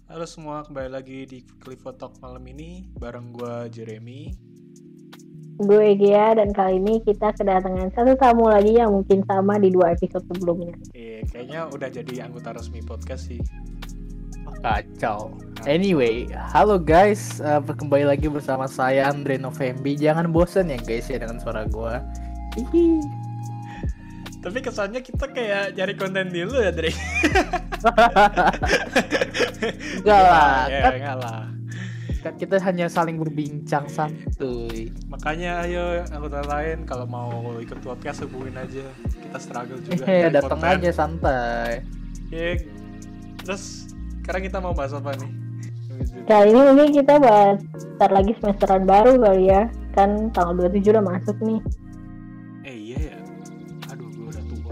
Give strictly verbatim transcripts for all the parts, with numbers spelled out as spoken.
Halo semua, kembali lagi di Clifford Talk malam ini bareng gue Jeremy, gue Gia, dan kali ini kita kedatangan satu tamu lagi yang mungkin sama di dua episode sebelumnya. Eh, kayaknya udah jadi anggota resmi podcast sih. Kacau. Anyway, halo guys, uh, kembali lagi bersama saya Andre Novembi. Jangan bosan ya guys ya dengan suara gue. Hihi. Tapi kesannya kita kayak cari konten dulu ya, Dre. Enggak lah, ya, kan, enggak lah. kan kita hanya saling berbincang santuy. Makanya ayo anggota lain kalau mau ikut podcast hubungin aja. Kita struggle juga. Eh, cari datang konten. aja santai. Oke. Terus sekarang kita mau bahas apa nih? Kali ini mungkin kita bahas ntar lagi semesteran baru kali ya. Kan tanggal dua puluh tujuh udah masuk nih. Eh iya ya. Aduh, gue udah tua.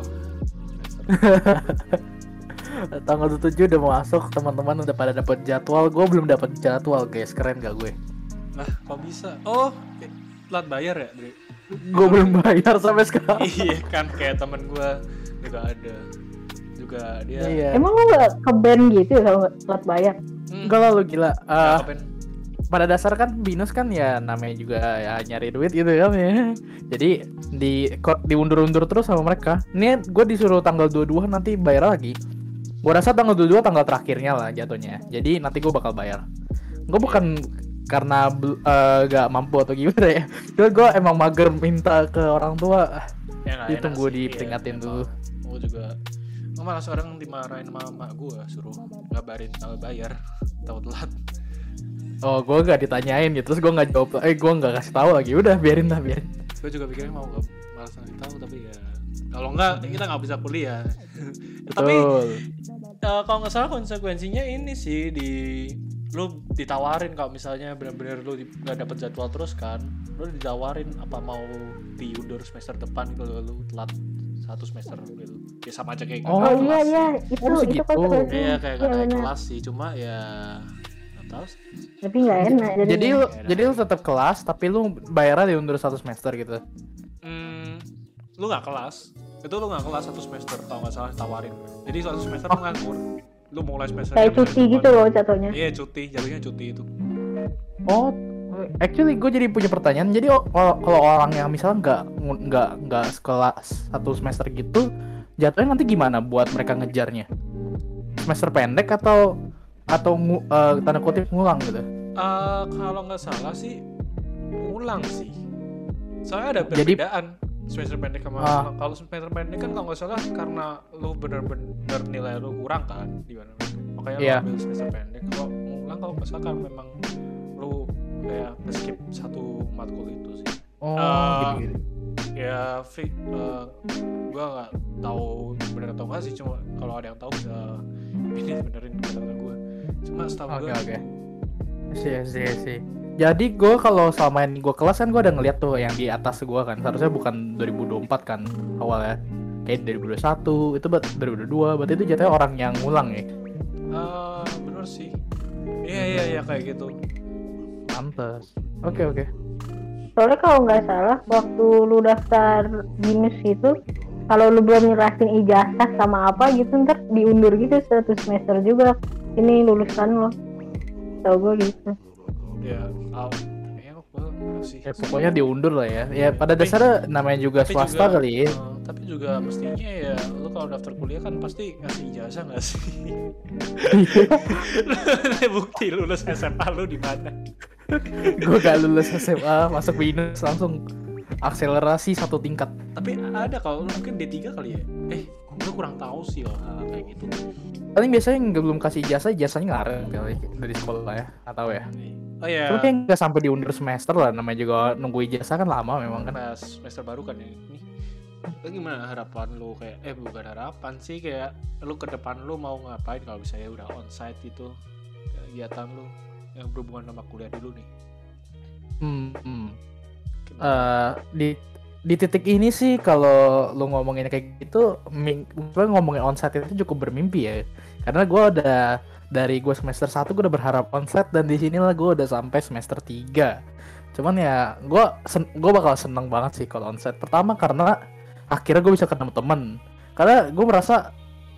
Tanggal dua puluh tujuh udah mau masuk, teman-teman udah pada dapat jadwal. Gue belum dapat jadwal guys, keren gak gue? Lah, kok bisa? Oh, eh, telat bayar ya, Dre? Gue belum bayar sampai sekarang. Iya kan, kayak temen gue juga ada juga dia. Iya. Emang lu gak ke-ban gitu ya kalau gak telat bayar? Hmm, Enggak lah lu gila. nggak Uh, apa-apain. pada dasar kan binus kan ya namanya juga ya nyari duit gitu kan ya. Jadi di kok diundur-undur terus sama mereka. Ini gue disuruh tanggal dua puluh dua nanti bayar lagi. Gue rasa tanggal dua puluh dua tanggal terakhirnya lah jatuhnya. Jadi nanti gue bakal bayar. Gue bukan karena uh, gak mampu atau gimana ya. Gue gue emang mager minta ke orang tua. Ya, nggak Jadi enak tunggu sih, diperingatin ya, dulu. Gue juga, gue malah sekarang dimarahin sama mak gue, suruh ngabarin tanggal bayar, tahu telat. Oh gue gak ditanyain gitu. Terus gue gak jawab. Eh gue gak kasih tahu lagi. Udah biarin lah biarin. Gue juga pikirnya mau nggak malas ngasih tahu, tapi ya kalau nggak kita nggak bisa kuliah. Tapi Betul. uh, kalau nggak salah konsekuensinya ini sih di lu ditawarin kalau misalnya benar-benar lu di- nggak dapet jadwal terus kan, lu ditawarin apa mau diundur semester depan kalau lu telat satu semester gitu. Ya sama aja kayak Oh, Oh, kakak iya kelas. iya, itu Oh, itu segitu. konsekuensinya. Iya kayak Iya, kakak benar. kelas sih, cuma ya nggak tahu sih. Tapi gak enak Jadi jadinya. lu Enak. jadi lu tetap kelas tapi lu bayarnya diundur satu semester gitu. Hmm, lu nggak kelas, itu lu nggak kelas satu semester kalau nggak salah tawarin. Jadi satu semester lu nganggur, lu mulai semester Kayak cuti gitu loh jatuhnya. Iya cuti, jadinya cuti itu. Oh, actually gue jadi punya pertanyaan. Jadi o- kalau kalau orang yang misalnya nggak nggak nggak sekolah satu semester gitu, jatuhnya nanti gimana buat mereka ngejarnya? Semester pendek atau atau ngu- eh, tanda kutip ngulang gitu? Eh, kalau nggak salah sih ulang sih. Soalnya ada Jadi- perbedaan semester pendek sama Ah. kalau semester pendek kan kalau nggak salah karena lu bener-bener nilai lu kurang kan di mana makanya Iya. lu ambil semester pendek. Kalau ngulang kalau nggak salah kan memang lu kayak skip satu matkul itu sih. Oh, Ah. gitu-gitu. Ya, fi, uh, gue nggak tahu benar atau nggak sih, cuma kalau ada yang tahu bisa ini benerin kata gue. Cuma setahu Oke gue. oke. Sih sih sih. Jadi gue kalau selama ini gue kelas kan gue udah ngeliat tuh yang di atas gue kan. Seharusnya bukan dua ribu dua puluh empat kan awalnya. Kayak dua ribu dua puluh satu itu buat dua ribu dua puluh dua. Berarti itu jatuhnya orang yang ngulang ya. Uh, bener sih. Iya iya iya kayak gitu. Pantes. Oke oke. Soalnya kalau nggak salah waktu lu daftar binus itu, kalau lu belum nyerahin ijazah sama apa gitu ntar diundur gitu satu semester juga. Ini lulusan lo. Tau gue gitu. Ya, oh, kayaknya gue nggak sih. Ya pokoknya diundur lah ya. Ya pada Tapi- dasarnya namanya juga Tapi swasta juga, kali ya. uh, tapi juga mestinya ya, lu kalau daftar kuliah kan pasti ngasih ijazah nggak sih? Bukti lulus S M A lu di mana? Gue gak lulus S M A masuk binus langsung akselerasi satu tingkat. Tapi ada kalau lu mungkin D tiga kali ya? Eh, gue kurang tahu sih lah kayak gitu. Paling biasanya nggak belum kasih ijazah, ijazahnya ngarep kali dari sekolah ya. Nggak tahu ya. Oh ya. Cuma kayak nggak sampai diundur semester lah. Namanya juga nunggu ijazah kan lama memang kan. Pas semester baru kan ya ini. Lu gimana harapan lu kayak eh bukan harapan sih kayak lu ke depan lu mau ngapain kalau misalnya udah onsite gitu kegiatan lu yang berhubungan sama kuliah dulu nih. Hmm. hmm. Gimana? Eh, di di titik ini sih kalau lu ngomongin kayak gitu, ming, gue ngomongin onsite itu cukup bermimpi ya. Karena gue udah dari gue semester satu gue udah berharap onsite dan di sinilah gue udah sampai semester tiga. Cuman ya gue sen- gue bakal seneng banget sih kalau onsite. Pertama karena akhirnya gue bisa ketemu temen. Karena gue merasa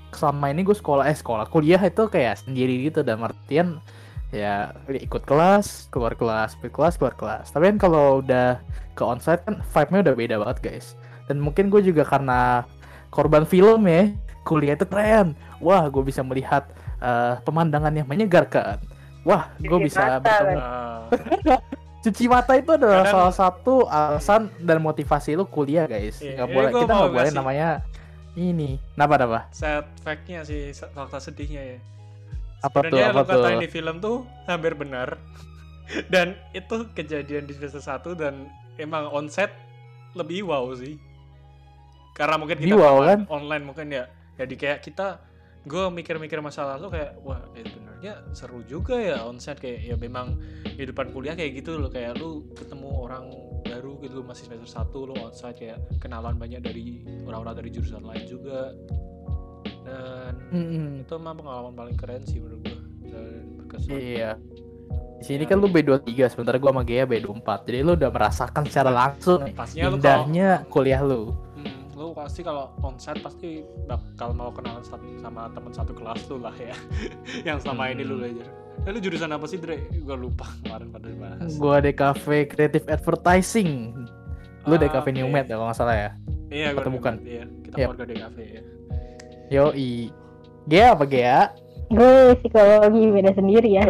selama ini gue sekolah eh sekolah kuliah itu kayak sendiri gitu, dan artian ya ikut kelas, keluar kelas, ikut kelas, keluar kelas. Tapi kan kalau udah ke onsite kan vibe-nya udah beda banget guys. Dan mungkin gue juga karena korban film ya, kuliah itu keren. Wah, gue bisa melihat uh, pemandangan yang menyegarkan. Wah, gue bisa bertemu. Cuci mata itu adalah kadang, salah satu alasan dan motivasi lu kuliah guys. Iya, nggak boleh, kita nggak boleh namanya ini. Kenapa apa? Sad fact-nya sih, fakta sedihnya ya. Apa tuh? Sebenarnya Apa lu katain tuh? di film tuh hampir benar. Dan itu kejadian di semester satu dan emang onset lebih wow sih. Karena mungkin kita wow, kan? online mungkin ya. Jadi kayak kita, gue mikir-mikir masa lalu kayak wah eh, sebenarnya seru juga ya onset, kayak ya memang kehidupan kuliah kayak gitu loh, kayak lu ketemu orang baru gitu, lu masih semester satu lu onset kayak kenalan banyak dari orang-orang dari jurusan lain juga, dan mm-hmm. itu memang pengalaman paling keren sih menurut gue dan berkesan. Iya. Di sini ya, kan lu B dua puluh tiga, sementara gua sama Gea B dua puluh empat. Jadi lu udah merasakan secara langsung pastinya indahnya lu kalau, kuliah lu. Hmm, lu pasti kalau onsite pasti bakal mau kenalan sama teman satu kelas lu lah ya. Yang selama hmm. ini lu belajar. Eh, lu jurusan apa sih, Dre? Gua lupa kemarin pada bahas. Gua D K V Creative Advertising. Lu ah, D K V okay. Newmed ya kalau nggak salah ya? Iya, gua bukan. Iya, kita yep. keluarga D K V ya. Yoi. Gea apa Gea? Gue psikologi, beda sendiri ya.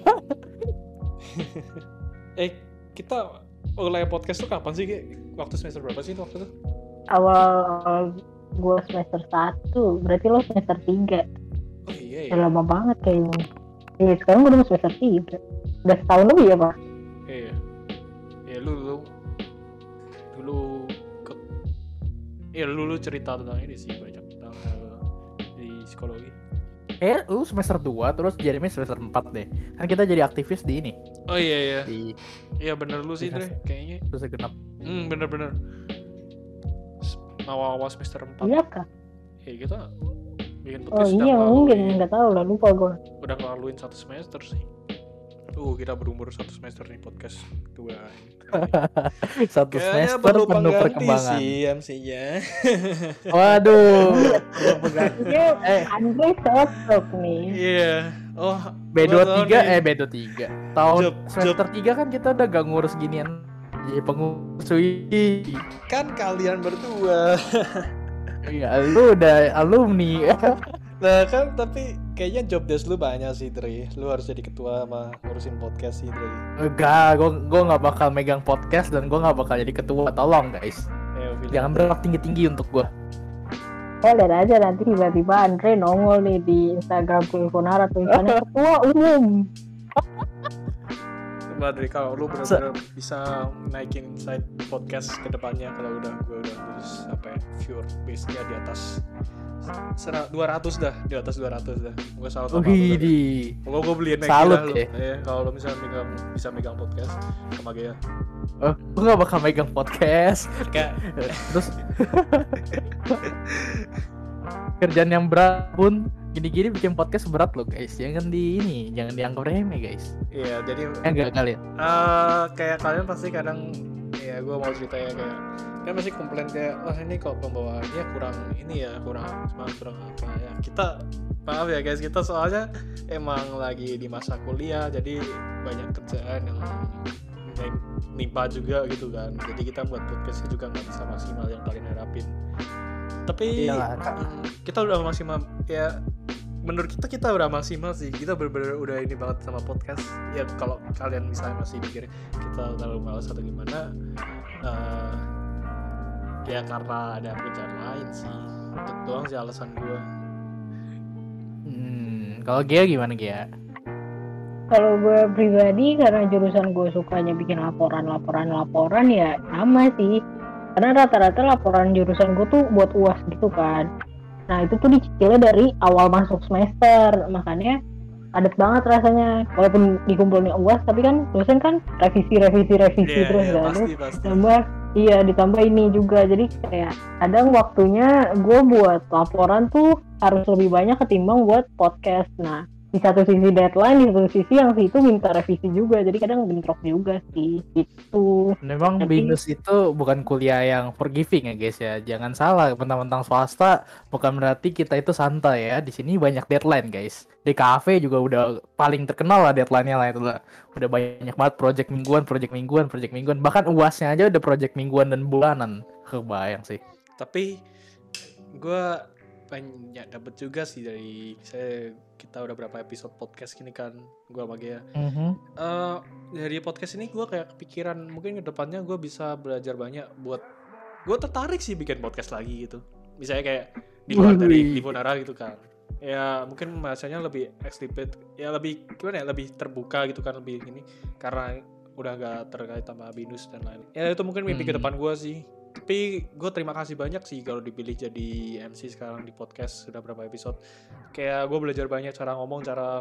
eh kita mulai podcast tuh kapan sih, Ge? Waktu semester berapa sih waktu itu? Awal, awal gue semester satu, berarti lo semester tiga. Oh iya, iya. Udah lama banget kayaknya. Iya, sekarang gue udah semester tiga. Udah setahun lebih ya, Pak? Iya. Ya lu lu dulu ke Iya, lu lu cerita tentang ini sih, banyak tentang uh, di psikologi. Eh, lu semester dua terus Jeremy semester empat deh. Kan kita jadi aktivis di ini. Oh iya iya. Di Iya bener lu sih, Dre, kayaknya. Terus genap. Hmm, bener-bener. Awal-awal semester empat. Iya kah? Iya, kita bikin podcast. Oh iya, mungkin enggak tahu lah, lupa gue. Udah ngelaluin satu semester sih. Tuh, kita berumur satu semester nih podcast kedua. Satu kayaknya semester penuh perkembangan sih M C-nya. Waduh. eh, Andre cocok nih. Iya. Oh, B dua puluh tiga eh B dua puluh tiga. Tahun job, semester job. tiga kan kita udah gak ngurus ginian. Jadi pengurus wiki. Kan kalian berdua. Iya, lu udah alumni. Nah kan, tapi kayaknya job desk lu banyak sih, Dre. Lu harus jadi ketua sama ngurusin podcast sih, Dre. Enggak, gue gue nggak bakal megang podcast dan gue nggak bakal jadi ketua. Tolong guys, eh, jangan berharap tinggi-tinggi untuk gue. Eh, lihat aja nanti tiba-tiba Andre nongol nih di Instagram Kulfonara tulisannya ketua umum. Coba, Dre, kalau lu benar-benar Se- bisa naikin side podcast ke depannya, kalau udah gue udah lulus sampai viewer base-nya di atas dua ratus dah, di atas dua ratus dah. Gue salut sama lu. Wih, gue gue beliin salut lu. Ya. Eh, kalau lu misalnya megang, bisa megang podcast sama Gea. Oh, gue gak bakal megang podcast. Kayak terus kerjaan yang berat pun gini-gini bikin podcast berat loh guys. Jangan di ini, jangan dianggap remeh guys. Iya, jadi eh, enggak kalian. Uh, kayak kalian pasti kadang, ya gue mau cerita ya, kayak kan masih komplain kayak wah ini kok pembawaannya kurang ini ya, kurang semangat, kurang apa ya. Kita maaf ya guys, kita soalnya emang lagi di masa kuliah, jadi banyak kerjaan yang yang nimpa juga gitu kan. Jadi kita buat podcastnya juga nggak bisa maksimal yang kalian harapin. Tapi Iyalah, kita udah maksimal ya. Menurut kita kita udah maksimal sih. Kita bener-bener udah ini banget sama podcast. Ya kalau kalian misalnya masih mikir kita terlalu malas atau gimana, uh, ya karena ada pekerjaan lain sih. Itu doang sih alasan gue. Hmm, kalau Gea gimana Gea? Kalau gue pribadi, karena jurusan gue sukanya bikin laporan-laporan-laporan ya sama sih. Karena rata-rata laporan jurusan gue tuh buat U A S gitu kan. Nah itu tuh dicicilnya dari awal masuk semester, makanya padat banget rasanya. Walaupun dikumpulnya U A S, tapi kan dosen kan revisi-revisi-revisi yeah, terus yeah, kan. Pasti, pasti. Tambah, iya ditambah ini juga. Jadi kayak kadang waktunya gue buat laporan tuh harus lebih banyak ketimbang buat podcast. Nah di satu sisi deadline, di satu sisi yang situ minta revisi juga, jadi kadang bentrok juga sih itu. Memang Tapi- BINUS itu bukan kuliah yang forgiving ya guys ya. Jangan salah, mentang-mentang swasta bukan berarti kita itu santai ya. Di sini banyak deadline guys. Di kafe juga udah paling terkenal lah deadline-nya lah itu lah. Udah banyak banget project mingguan, project mingguan, project mingguan. Bahkan U A S-nya aja udah project mingguan dan bulanan. Kebayang sih. Tapi gue banyak dapat juga sih dari saya, kita udah berapa episode podcast gini kan, gue sama Gea. Mhm. Eh, dari podcast ini gue kayak kepikiran mungkin kedepannya gue bisa belajar banyak buat, gue tertarik sih bikin podcast lagi gitu. Misalnya kayak di luar dari Wih. Livonara gitu kan. Ya mungkin bahasanya lebih explicit, ya lebih gimana ya, lebih terbuka gitu kan, lebih ini karena udah gak terkait sama BINUS dan lain. Ya itu mungkin mimpi Hmm. ke depan gue sih. Tapi gue terima kasih banyak sih kalau dipilih jadi M C sekarang di podcast, sudah berapa episode. Kayak gue belajar banyak cara ngomong, cara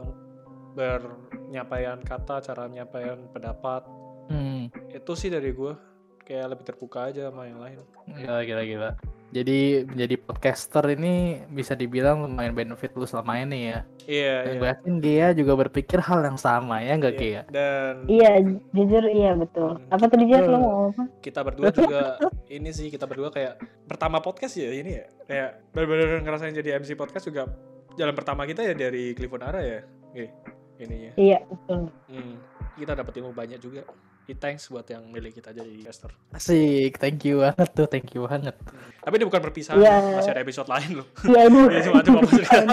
bernyampaian kata, cara nyampaian pendapat. Hmm. Itu sih dari gue, kayak lebih terbuka aja sama yang lain. Gila, gila, gila. Jadi menjadi podcaster ini bisa dibilang lumayan benefit lu selama ini ya. Iya, Dan iya. gue yakin dia juga berpikir hal yang sama ya nggak Iya. Gia? Dan Iya, jujur iya betul. Hmm. Apa tadi Jat, lo mau apa? kita berdua juga ini sih, kita berdua kayak pertama podcast ya ini ya. Kayak bener-bener ngerasain jadi M C podcast juga. Jalan pertama kita ya dari Livonara ya. Oke, ininya. Iya betul. Hmm, kita dapat ilmu banyak juga. Di thanks buat yang milih kita jadi caster. Asik, thank you banget tuh, thank you banget. Tapi ini bukan perpisahan, Iya. masih ada episode lain loh. Iya itu. Ini cuma cuma maksudnya.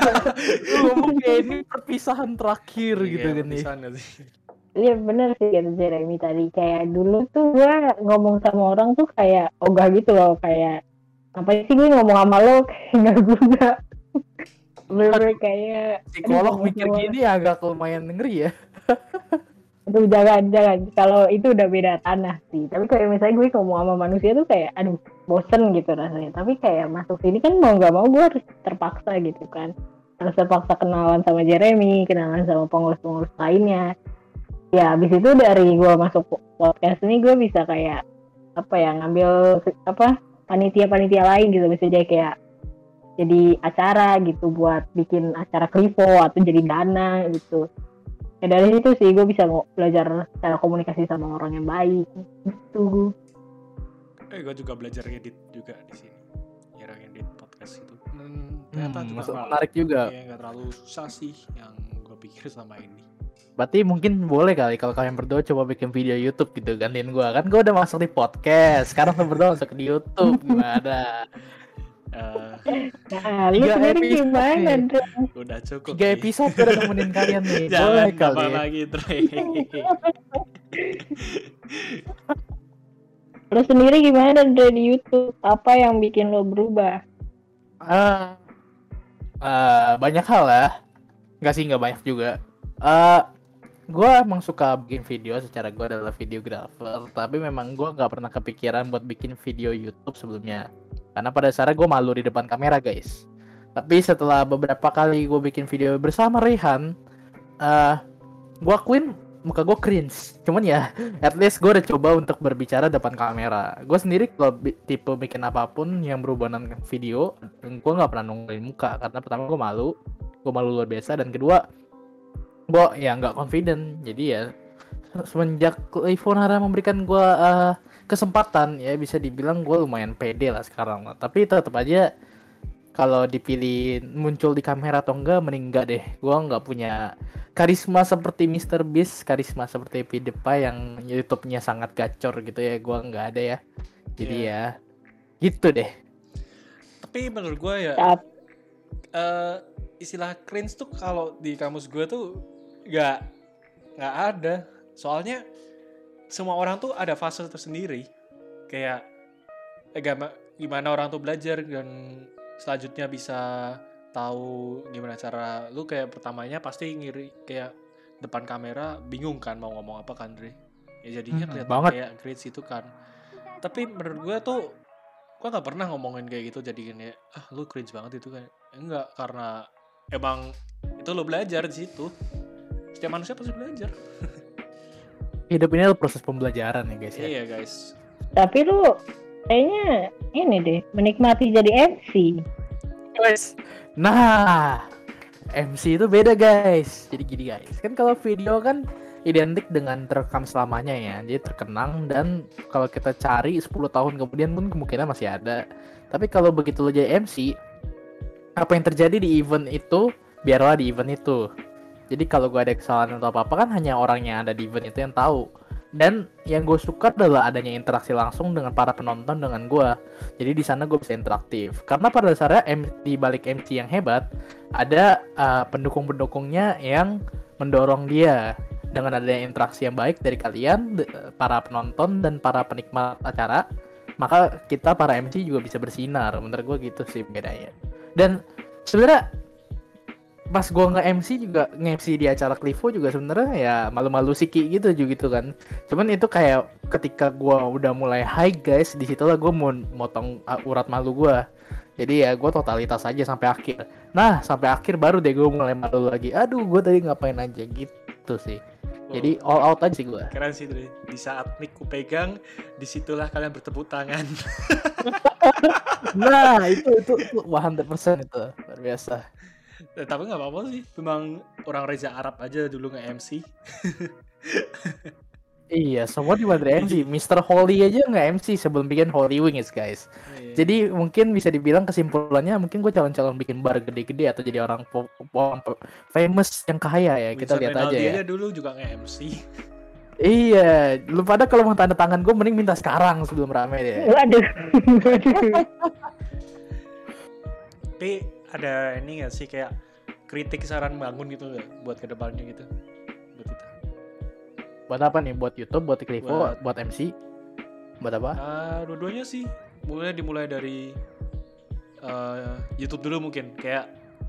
Lu ngomong kayak ini perpisahan terakhir gitu Iya, kan nih. perpisahan nggak sih? Iya bener sih kata Jeremy tadi, kayak dulu tuh gue ngomong sama orang tuh kayak ogah gitu loh, kayak apa sih gue ngomong sama lo kayak nggak guna. Bener-bener kayak Psikolog aduh, mikir ngomong- gini agak lumayan ngeri ya. Aduh jangan jangan, kalau itu udah beda tanah sih. Tapi kayak misalnya gue ngomong sama manusia tuh kayak aduh bosen gitu rasanya. Tapi kayak masuk sini kan mau nggak mau gue harus terpaksa gitu kan, harus terpaksa kenalan sama Jeremy, kenalan sama pengurus-pengurus lainnya. Ya abis itu dari gue masuk podcast ini gue bisa kayak apa ya, ngambil apa panitia-panitia lain gitu, bisa jadi kayak jadi acara gitu buat bikin acara Krivo atau jadi dana gitu. Ya dari situ sih gue bisa mau belajar cara komunikasi sama orang yang baik gitu. Eh, gue juga belajar edit juga di sini. Cara edit podcast itu. Hmm, ternyata Hmm, juga masuk nggak- menarik juga. Iya, nggak terlalu susah sih yang gue pikir sama ini. Berarti mungkin boleh kali kalau kalian berdua coba bikin video YouTube gitu, gantiin gua. Kan gua udah masuk di podcast, sekarang lu berdua masuk di YouTube. Gimana? Eh, Nah, lu Tiga sendiri episode gimana, nih. Andre? udah cukup. Tiga nih. episode udah nemenin kalian nih. Jangan Boleh tambah kali. lagi, Dre. Lu sendiri gimana dari di YouTube? Apa yang bikin lo berubah? Ah, ah, banyak hal lah. Enggak sih, nggak banyak juga. Eh, gue emang suka bikin video, secara gue adalah videographer, tapi memang gue nggak pernah kepikiran buat bikin video YouTube sebelumnya. Karena pada dasarnya gue malu di depan kamera guys. Tapi setelah beberapa kali gue bikin video bersama Rehan, eh gue akuin muka gue cringe. Cuman ya, at least gue udah coba untuk berbicara depan kamera. Gue sendiri kalau bi- tipe bikin apapun yang berhubungan dengan video, gue nggak pernah nunggulin muka. Karena pertama gue malu, gue malu luar biasa, dan kedua gue ya nggak confident. Jadi ya semenjak Livonara memberikan gue uh, kesempatan, ya bisa dibilang gue lumayan pede lah sekarang. Tapi tetap aja kalau dipilih muncul di kamera atau enggak, mending enggak deh. Gue nggak punya karisma seperti mister Beast, karisma seperti PewDiePie yang YouTube-nya sangat gacor gitu ya. Gue nggak ada ya. Jadi Iya. ya gitu deh. Tapi menurut gue ya, Saat eh, istilah cringe tuh kalau di kamus gue tuh nggak nggak ada. Soalnya semua orang tuh ada fase tersendiri. Kayak eh, gama- gimana orang tuh belajar dan selanjutnya bisa tahu gimana cara lu, kayak pertamanya pasti ngiri kayak depan kamera bingung kan mau ngomong apa kan, Dre. Ya jadinya Hmm, kelihatan banget. kayak cringe itu kan. Tapi menurut gue tuh gue nggak pernah ngomongin kayak gitu jadi gini, ah lu cringe banget itu kan. Enggak, karena emang itu lu belajar di situ. Setiap manusia pasti belajar. Hidup ini adalah proses pembelajaran ya guys ya. Iya guys. tapi lu kayaknya ini deh menikmati jadi M C. Nah, M C itu beda guys. Jadi gini guys, kan kalau video kan identik dengan terekam selamanya ya, jadi terkenang, dan kalau kita cari sepuluh tahun kemudian pun kemungkinan masih ada. Tapi kalau begitu lo jadi M C, apa yang terjadi di event itu biarlah di event itu. Jadi kalau gue ada kesalahan atau apa-apa kan hanya orang yang ada di event itu yang tahu. Dan yang gue suka adalah adanya interaksi langsung dengan para penonton dengan gue. Jadi di sana gue bisa interaktif. Karena pada dasarnya M- di balik M C yang hebat ada uh, pendukung-pendukungnya yang mendorong dia. Dengan adanya interaksi yang baik dari kalian, de- para penonton dan para penikmat acara, maka kita para M C juga bisa bersinar. Menurut gue gitu sih bedanya. Dan sebenarnya pas gue nge-M C juga nge-M C di acara Clivo juga sebenarnya ya malu-malu siki gitu juga gitu kan. Cuman itu kayak ketika gue udah mulai high guys, di situ lah gue mau motong uh, urat malu gue. Jadi ya gue totalitas aja sampai akhir. Nah sampai akhir baru deh gue mulai malu lagi. Aduh gue tadi ngapain aja gitu sih. Oh. Jadi all out aja sih gue. Keren sih tuh. Di saat mic ku pegang, disitulah kalian bertepuk tangan. Nah itu itu itu seratus persen itu luar biasa. Eh, tapi nggak apa-apa sih, memang orang Reza Arab aja dulu nge-M C. Iya, semua di M C. mister Holy aja nge-M C sebelum bikin Holy Wings guys. Iya. Jadi mungkin bisa dibilang kesimpulannya mungkin gue calon-calon bikin bar gede-gede atau jadi orang po- po- famous yang kaya ya. Kita lihat aja ya. Dia dulu juga nge-M C. Iya, lu pada kalau mau tanda tangan gue mending minta sekarang sebelum rame deh. Waduh. Tapi ada ini nggak sih kayak kritik saran bangun gitu nggak buat kedepannya gitu buat kita? Buat apa nih? Buat YouTube, buat Clivo, buat, buat M C, buat apa? Uh, dua-duanya sih. Mulai dimulai dari uh, YouTube dulu mungkin kayak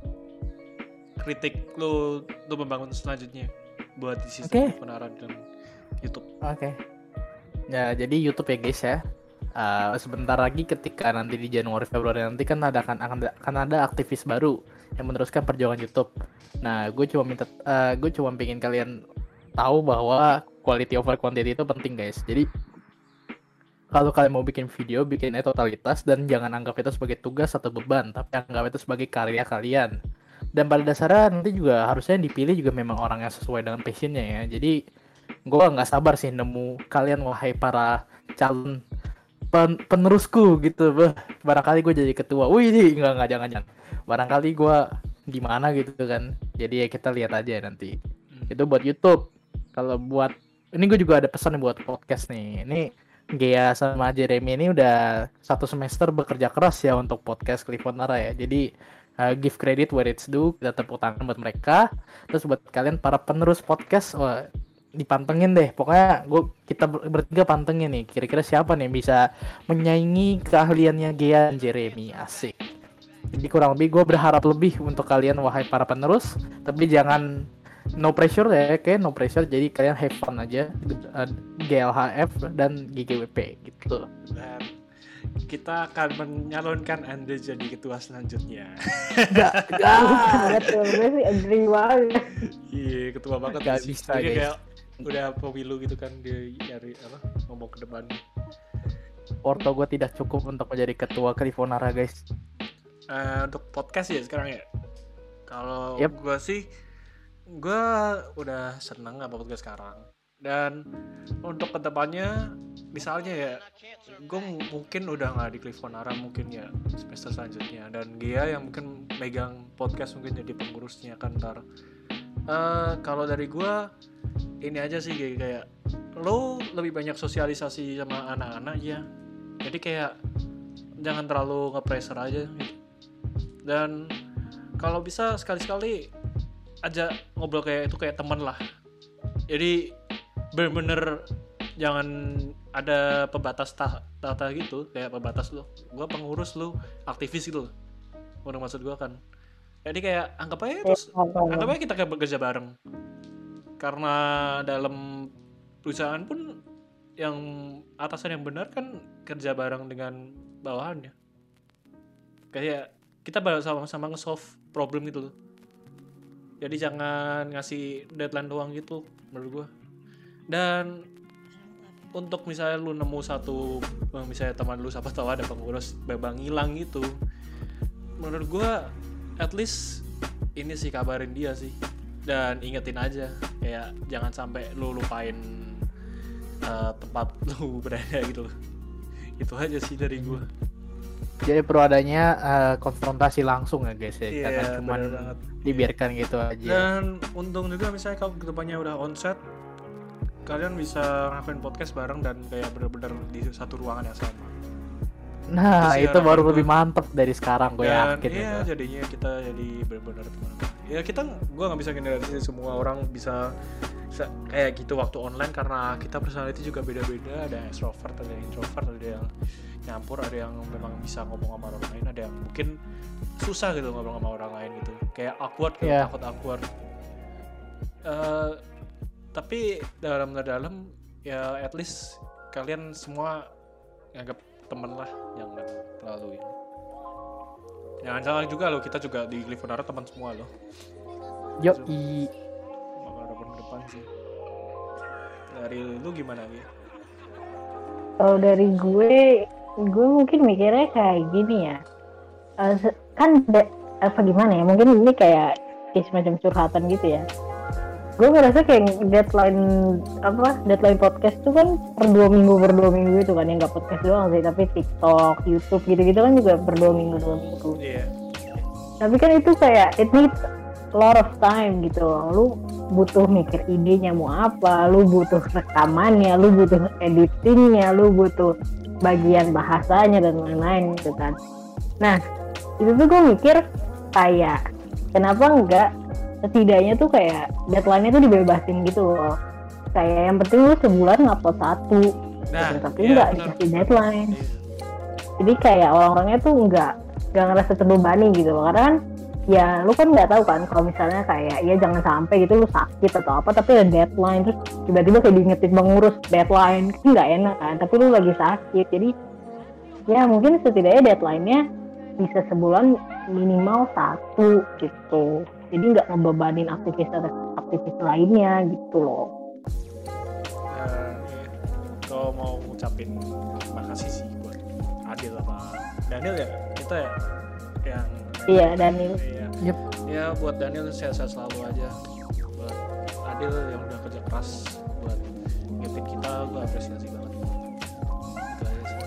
kritik lo untuk membangun selanjutnya buat di sistem okay. penarahan dan YouTube. Oke. Okay. Ya jadi YouTube ya guys ya. Uh, sebentar lagi ketika nanti di Januari Februari nanti kan ada akan akan, akan ada aktivis baru yang meneruskan perjuangan YouTube. Nah, gue cuma minta uh, gue cuma pengen kalian tahu bahwa quality over quantity itu penting guys. Jadi kalau kalian mau bikin video, bikinnya totalitas dan jangan anggap itu sebagai tugas atau beban, tapi anggap itu sebagai karya kalian. Dan pada dasarnya nanti juga harusnya yang dipilih juga memang orang yang sesuai dengan passionnya ya. Jadi gue nggak sabar sih nemu kalian wahai para calon pen- penerusku gitu. Bah, barangkali gue jadi ketua. Wih, enggak enggak jangan jangan. Barangkali gue di mana gitu kan. Jadi ya kita lihat aja nanti. Hmm. Itu buat YouTube. Kalau buat ini gue juga ada pesan buat podcast nih. Ini Gea sama Jeremy ini udah satu semester bekerja keras ya untuk podcast Clifonara ya. Jadi uh, give credit where it's due. Kita tepuk tangan buat mereka. Terus buat kalian para penerus podcast, wah, dipantengin deh. Pokoknya gue kita ber- bertiga pantengin nih. Kira-kira siapa nih bisa menyaingi keahliannya Gea dan Jeremy. Asik. Jadi kurang lebih gue berharap lebih untuk kalian wahai para penerus. Tapi jangan no pressure ya, kayak no pressure. Jadi kalian have fun aja. uh, G L H F dan G G W P gitu. Dan kita akan menyalonkan Anda jadi ketua selanjutnya. Gak, gak. Betul, gue sih agree banget. Iya, ketua banget. Gak sih. bisa Jadi guys. kayak udah pemilu gitu kan, dia nyari apa ngomong ke depan. Porto gue tidak cukup untuk menjadi ketua Clifonara guys. Uh, untuk podcast ya sekarang ya. Kalau Yep. gue sih, gue udah seneng sama podcast sekarang. Dan untuk kedepannya, misalnya ya, gue m- mungkin udah nggak di Clifonara mungkin ya semester selanjutnya. Dan Gia yang mungkin megang podcast mungkin jadi pengurusnya kan ntar. Uh, kalau dari gue ini aja sih kayak, kayak lo lebih banyak sosialisasi sama anak-anak ya. Jadi kayak jangan terlalu nge-pressure aja gitu. Dan kalau bisa sekali-sekali aja ngobrol kayak itu kayak teman lah. Jadi bener-bener jangan ada pembatas tata gitu, kayak pembatas lo, gue pengurus lo, aktivis gitu. Menurut maksud gue kan. Jadi kayak anggap aja terus, anggap aja kita kayak bekerja bareng. Karena dalam perusahaan pun yang atasan yang benar kan kerja bareng dengan bawahannya. Kayak kita sama-sama nge-solve problem gitu loh. Jadi jangan ngasih deadline doang gitu menurut gue. Dan untuk misalnya lu nemu satu, misalnya teman lu siapa tahu ada pengurus bebang hilang gitu, menurut gue at least ini sih kabarin dia sih dan ingetin aja kayak jangan sampai lu lupain uh, tempat lu berada gitu loh. Itu aja sih dari gua. Jadi perlu adanya uh, konfrontasi langsung ya guys ya, Iya, karena cuma bener banget. dibiarkan gitu aja. Dan untung juga misalnya kalau kedepannya udah onset, kalian bisa ngelakuin podcast bareng dan kayak bener-bener di satu ruangan yang sama. Nah Terus itu ya, baru gua- lebih mantep dari sekarang gue Dan yakin iya itu. jadinya kita jadi benar-benar teman. Ya kita gua nggak bisa generalisasi semua orang bisa se- kayak gitu waktu online karena kita personality juga beda-beda, ada yang extrovert, ada yang introvert, ada yang nyampur, ada yang memang bisa ngomong sama orang lain, ada yang mungkin susah gitu ngobrol sama orang lain gitu, kayak awkward gitu, Iya. takut awkward. Eh, tapi dalam-dalam ya at least kalian semua nganggap temen lah, jangan terlalu ini. Jangan salah juga loh, kita juga di Clifonara teman semua loh. Yo i Maka harapan ke depan sih. Dari lu gimana gitu? Kalau dari gue, gue mungkin mikirnya kayak gini ya. Eh, se- kan de- apa gimana ya? Mungkin ini kayak kayak semacam curhatan gitu ya. Gue ngerasa kayak deadline apa deadline podcast tuh kan per dua minggu per dua minggu itu kan, yang nggak podcast doang sih, tapi TikTok, YouTube gitu-gitu kan juga per dua minggu dua minggu. Iya. Tapi kan itu kayak it needs a lot of time gitu. Lu butuh mikir idenya mau apa, lu butuh rekamannya, lu butuh editingnya, lu butuh bagian bahasanya dan lain-lain gitu kan. Nah itu tuh gue mikir kayak kenapa enggak setidaknya tuh kayak deadline-nya tuh dibebasin gitu loh. Kayak yang penting lu sebulan ngupload satu Nah, gitu. Tapi iya, enggak bener. dikasih deadline. Iya. Jadi kayak orang-orangnya tuh enggak enggak ngerasa terbebani gitu loh. Karena kan ya lu kan nggak tahu kan kalau misalnya kayak ya jangan sampai gitu lu sakit atau apa tapi ada deadline terus tiba-tiba kayak diingetin mengurus deadline kan nggak enak kan, tapi lu lagi sakit. Jadi ya mungkin setidaknya deadline-nya bisa sebulan minimal satu gitu, jadi nggak ngebebanin aktivitas aktivitas lainnya gitu loh. Nah, iya. Kalau mau ngucapin makasih sih buat Adil sama Daniel ya, kita ya yang Iya Daniel. Iya. Yep. Ya buat Daniel sehat-sehat selalu aja. Buat Adil yang udah kerja keras buat ngingetin kita, gue apresiasi banget. Itu aja sih.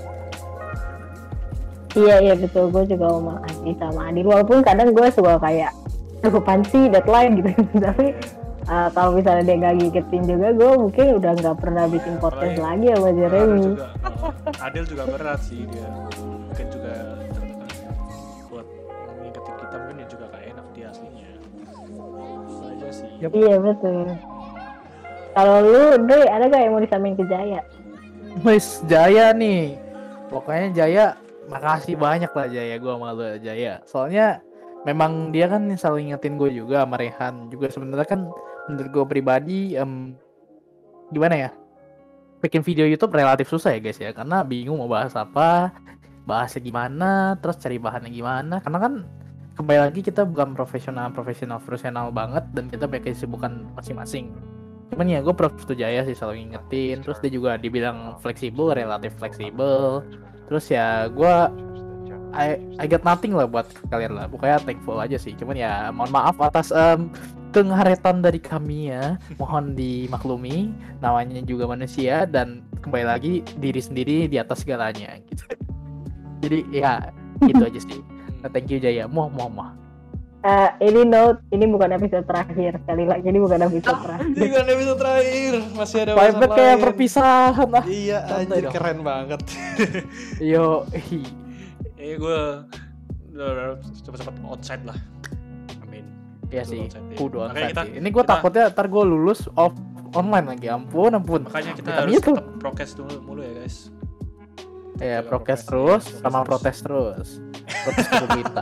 Iya iya betul, gue juga mau makasih sama Adil walaupun kadang gue suka kayak aduh apaan sih deadline gitu tapi uh, kalau misalnya dia nggak ngikutin juga gue mungkin udah nggak pernah bikin podcast Apalagi lagi sama Adil Jeremy. juga, uh, Adil juga berat sih dia. Mungkin juga tertekan buat ngingetin kita, mungkin dia juga gak enak dia aslinya. Itu aja sih. Yep. Iya betul. Kalau lu Dre ada gak yang mau disampaikan ke Jaya? Wis Jaya nih. Pokoknya Jaya makasih banyak lah Jaya, gue sama lu Jaya. Soalnya memang dia kan selalu ingetin gue juga sama Rehan juga. Sebenarnya kan menurut gue pribadi em, gimana ya, bikin video YouTube relatif susah ya guys ya, karena bingung mau bahas apa, bahasnya gimana, terus cari bahannya gimana. Karena kan kembali lagi kita bukan profesional profesional profesional banget dan kita pakai kesibukan masing-masing. Cuman ya gue prof tuh Jaya sih selalu ngingetin. Terus dia juga dibilang fleksibel, relatif fleksibel. Terus ya gue I, I got nothing lah buat kalian lah. Pokoknya thankful aja sih. Cuman ya mohon maaf atas um, kengharetan dari kami ya. Mohon dimaklumi. Namanya juga manusia dan kembali lagi diri sendiri di atas segalanya gitu. Jadi ya gitu aja sih. Nah, thank you Jaya. Moh moh moh. Uh, ini note, ini bukan episode terakhir sekali lagi, ini bukan episode terakhir. Ini kan episode terakhir, masih ada Private bahasan kayak lain. perpisahan lah. Iya, Santai anjir dong. keren banget. Yo, hi. Eh gue udah cepet-cepet onsite lah. Amin. Iya Kudu sih, onsite, iya. kudu Makanya onsite kita- sih. Ini gue kita- takutnya ntar gue lulus off online lagi. Ampun, ampun. Makanya kita Tapi harus itu. tetap prokes dulu mulu ya guys. Ya, Jaga prokes prokes, terus, iya, sama prokes protes terus. Protes ke pemerintah.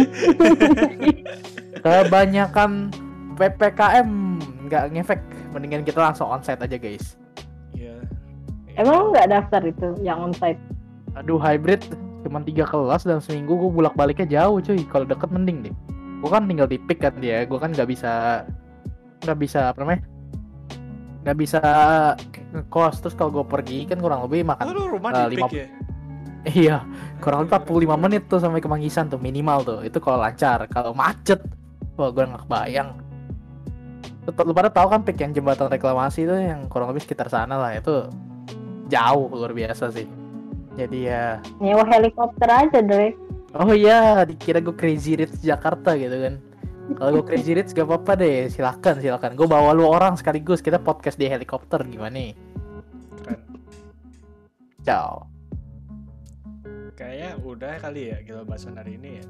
Kebanyakan P P K M nggak ngefek. Mendingan kita langsung onsite aja guys. Iya. Emang lu nggak daftar itu yang onsite? Aduh, hybrid cuma tiga kelas dalam seminggu, gue bolak baliknya jauh cuy. Kalau deket mending deh. Gue kan tinggal di Pik kan dia. Gue kan nggak bisa nggak bisa apa namanya? Nggak bisa ngekos. Terus kalau gue pergi kan kurang lebih Oh, makan. lu rumah Uh, di lima- Pik ya? Iya, kurang lebih empat puluh lima menit tuh sampai ke Manggisan tuh minimal tuh. Itu kalau lancar. Kalau macet Wah, gue nggak kebayang. Lu, lu pada tahu kan pik yang jembatan reklamasi itu yang kurang lebih sekitar sana lah, itu jauh luar biasa sih. Jadi ya. Nyewa helikopter aja Dre. Oh iya, dikira gue Crazy Rich Jakarta gitu kan. Kalau gue Crazy Rich gak apa-apa deh, silakan silakan. Gue bawa lu orang sekaligus, kita podcast di helikopter gimana nih? Keren. Ciao. Kayaknya udah kali ya kita bahasan hari ini ya.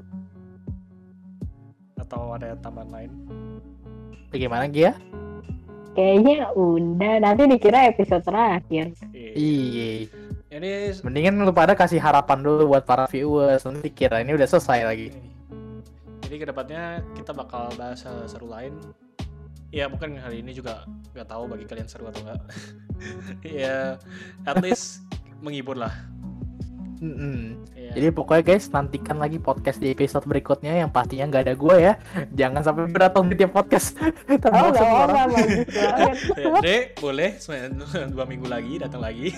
Atau ada tambahan lain? Bagaimana Gia? Kayaknya udah, nanti dikira episode terakhir. Iya. Ini Mendingan lu pada kasih harapan dulu buat para viewers, nanti kira ini udah selesai lagi. Jadi kedepannya kita bakal bahas hal seru lain. Ya mungkin hari ini juga nggak tahu bagi kalian seru atau enggak. Ya at least menghibur lah. Mm-mm. Ya. Jadi pokoknya guys, nantikan lagi podcast di episode berikutnya yang pastinya nggak ada gue ya. Jangan sampai beratong di tiap podcast. Oh nggak apa-apa, bagus banget. Ya, Dek, boleh dua minggu lagi datang lagi.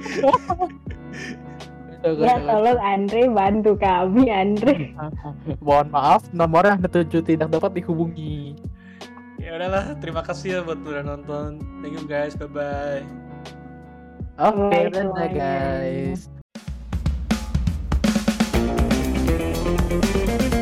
Ya tolong Andre bantu kami Andre. Mohon maaf, nomor yang ketujuh tidak dapat dihubungi. Ya udahlah, terima kasih ya buat udah nonton. Thank you guys, bye bye. Oke, Bye dadah semuanya. guys.